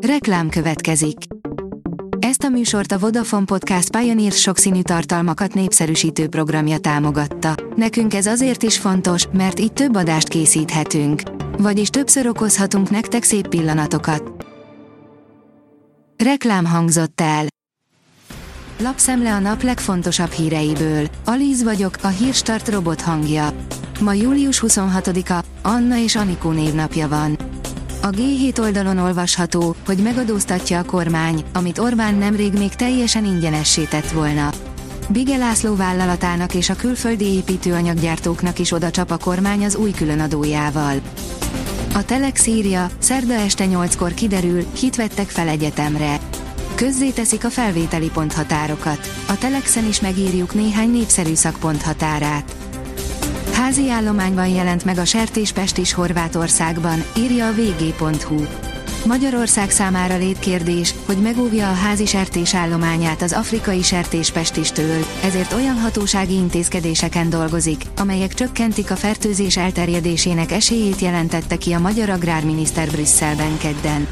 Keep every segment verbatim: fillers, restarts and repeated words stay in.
Reklám következik. Ezt a műsort a Vodafone Podcast Pioneer sokszínű tartalmakat népszerűsítő programja támogatta. Nekünk ez azért is fontos, mert így több adást készíthetünk. Vagyis többször okozhatunk nektek szép pillanatokat. Reklám hangzott el. Lapszemle a nap legfontosabb híreiből. Alíz vagyok, a Hírstart robot hangja. Ma július huszonhatodika, Anna és Anikó névnapja van. A gé hét oldalon olvasható, hogy megadóztatja a kormány, amit Orbán nemrég még teljesen ingyenessé tett volna. Bige László vállalatának és a külföldi építőanyaggyártóknak is odacsap a kormány az új különadójával. A Telex írja, szerda este nyolckor kiderül, kit vettek fel egyetemre. Közzéteszik a felvételi ponthatárokat. A Telexen is megírjuk néhány népszerű szakponthatárát. Házi állományban jelent meg a sertéspest is Horvátországban, írja a vé gé pont hú. Magyarország számára létkérdés, hogy megóvja a házi sertés állományát az afrikai sertéspestistől, ezért olyan hatósági intézkedéseken dolgozik, amelyek csökkentik a fertőzés elterjedésének esélyét, jelentette ki a magyar agrárminiszter Brüsszelben kedden.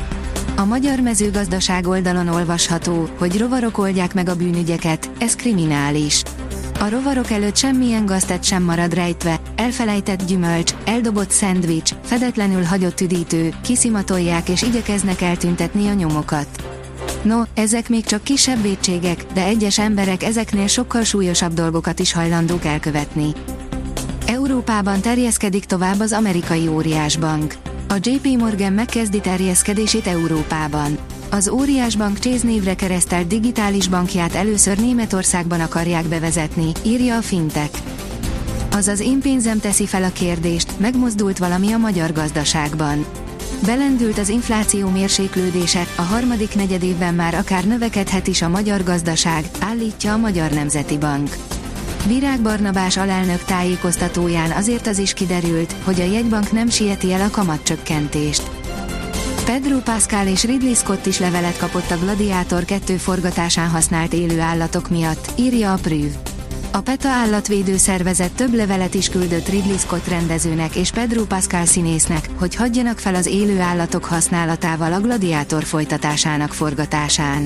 A magyar mezőgazdaság oldalon olvasható, hogy rovarok oldják meg a bűnügyeket, ez kriminális. A rovarok előtt semmilyen gaztett sem marad rejtve, elfelejtett gyümölcs, eldobott szendvics, fedetlenül hagyott üdítő, kiszimatolják és igyekeznek eltüntetni a nyomokat. No, ezek még csak kisebb vétségek, de egyes emberek ezeknél sokkal súlyosabb dolgokat is hajlandók elkövetni. Európában terjeszkedik tovább az amerikai óriásbank. A jé pé Morgan megkezdi terjeszkedését Európában. Az óriásbank Chase névre keresztelt digitális bankját először Németországban akarják bevezetni, írja a Fintech. Azaz én pénzem teszi fel a kérdést, megmozdult valami a magyar gazdaságban. Belendült az infláció mérséklődése, a harmadik negyedévben már akár növekedhet is a magyar gazdaság, állítja a Magyar Nemzeti Bank. Virág Barnabás alelnök tájékoztatóján azért az is kiderült, hogy a jegybank nem sieti el a kamatcsökkentést. Pedro Pascal és Ridley Scott is levelet kapott a Gladiator kettő forgatásán használt élő állatok miatt, írja a Prüv. A PETA állatvédő szervezet több levelet is küldött Ridley Scott rendezőnek és Pedro Pascal színésznek, hogy hagyjanak fel az élő állatok használatával a Gladiator folytatásának forgatásán.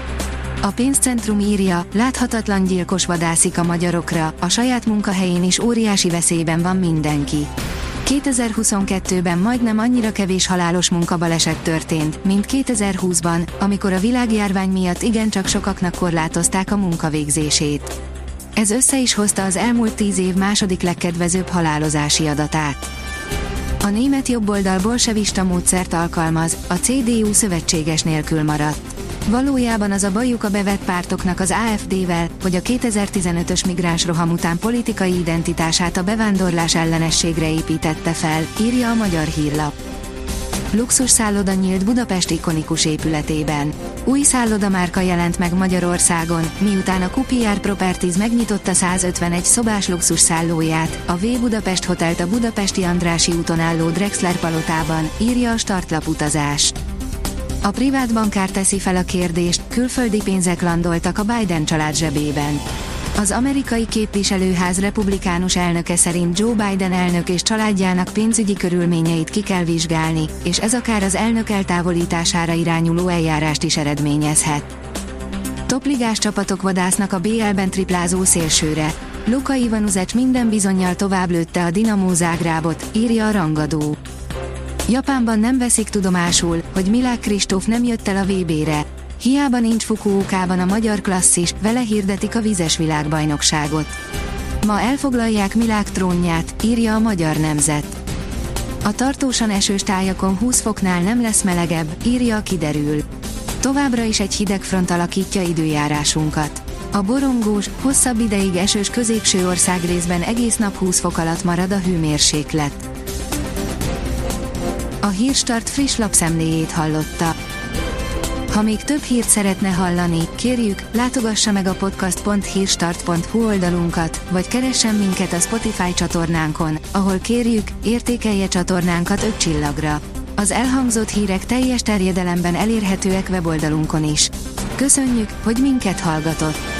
A pénzcentrum írja, láthatatlan gyilkos vadászik a magyarokra, a saját munkahelyén is óriási veszélyben van mindenki. kétezer-huszonkettőben majdnem annyira kevés halálos munkabaleset történt, mint kétezer-húszban, amikor a világjárvány miatt igencsak sokaknak korlátozták a munkavégzését. Ez össze is hozta az elmúlt tíz év második legkedvezőbb halálozási adatát. A német jobboldal bolsevista módszert alkalmaz, a cé dé u szövetséges nélkül maradt. Valójában az a bajuk a bevett pártoknak az á ef dé-vel, hogy a kétezer-tizenötös migráns roham után politikai identitását a bevándorlás ellenességre építette fel, írja a Magyar Hírlap. Luxus szálloda nyílt Budapest ikonikus épületében. Új szállodamárka jelent meg Magyarországon, miután a kú pé er Properties megnyitotta százötvenegy szobás luxus szállóját, a V Budapest Hotelt a budapesti Andrássy úton álló Drexler palotában, írja a Startlap Utazás. A privát bankár teszi fel a kérdést, külföldi pénzek landoltak a Biden család zsebében. Az amerikai képviselőház republikánus elnöke szerint Joe Biden elnök és családjának pénzügyi körülményeit ki kell vizsgálni, és ez akár az elnök eltávolítására irányuló eljárást is eredményezhet. Topligás csapatok vadásznak a bé el-ben triplázó szélsőre. Luka Ivanuzec minden bizonnyal tovább lőtte a Dinamo Zágrábot, írja a Rangadó. Japánban nem veszik tudomásul, hogy Milák Kristóf nem jött el a vé bére. Hiába nincs Fukuokában a magyar klasszis, vele hirdetik a vizes világbajnokságot. Ma elfoglalják Milák trónját, írja a Magyar Nemzet. A tartósan esős tájakon húsz foknál nem lesz melegebb, írja a Kiderül. Továbbra is egy hideg front alakítja időjárásunkat. A borongós, hosszabb ideig esős középső országrészben egész nap húsz fok alatt marad a hőmérséklet. A Hírstart friss lapszemléjét hallotta. Ha még több hírt szeretne hallani, kérjük, látogassa meg a podcast pont hírstart pont hu oldalunkat, vagy keressen minket a Spotify csatornánkon, ahol kérjük, értékelje csatornánkat öt csillagra. Az elhangzott hírek teljes terjedelemben elérhetőek weboldalunkon is. Köszönjük, hogy minket hallgatott!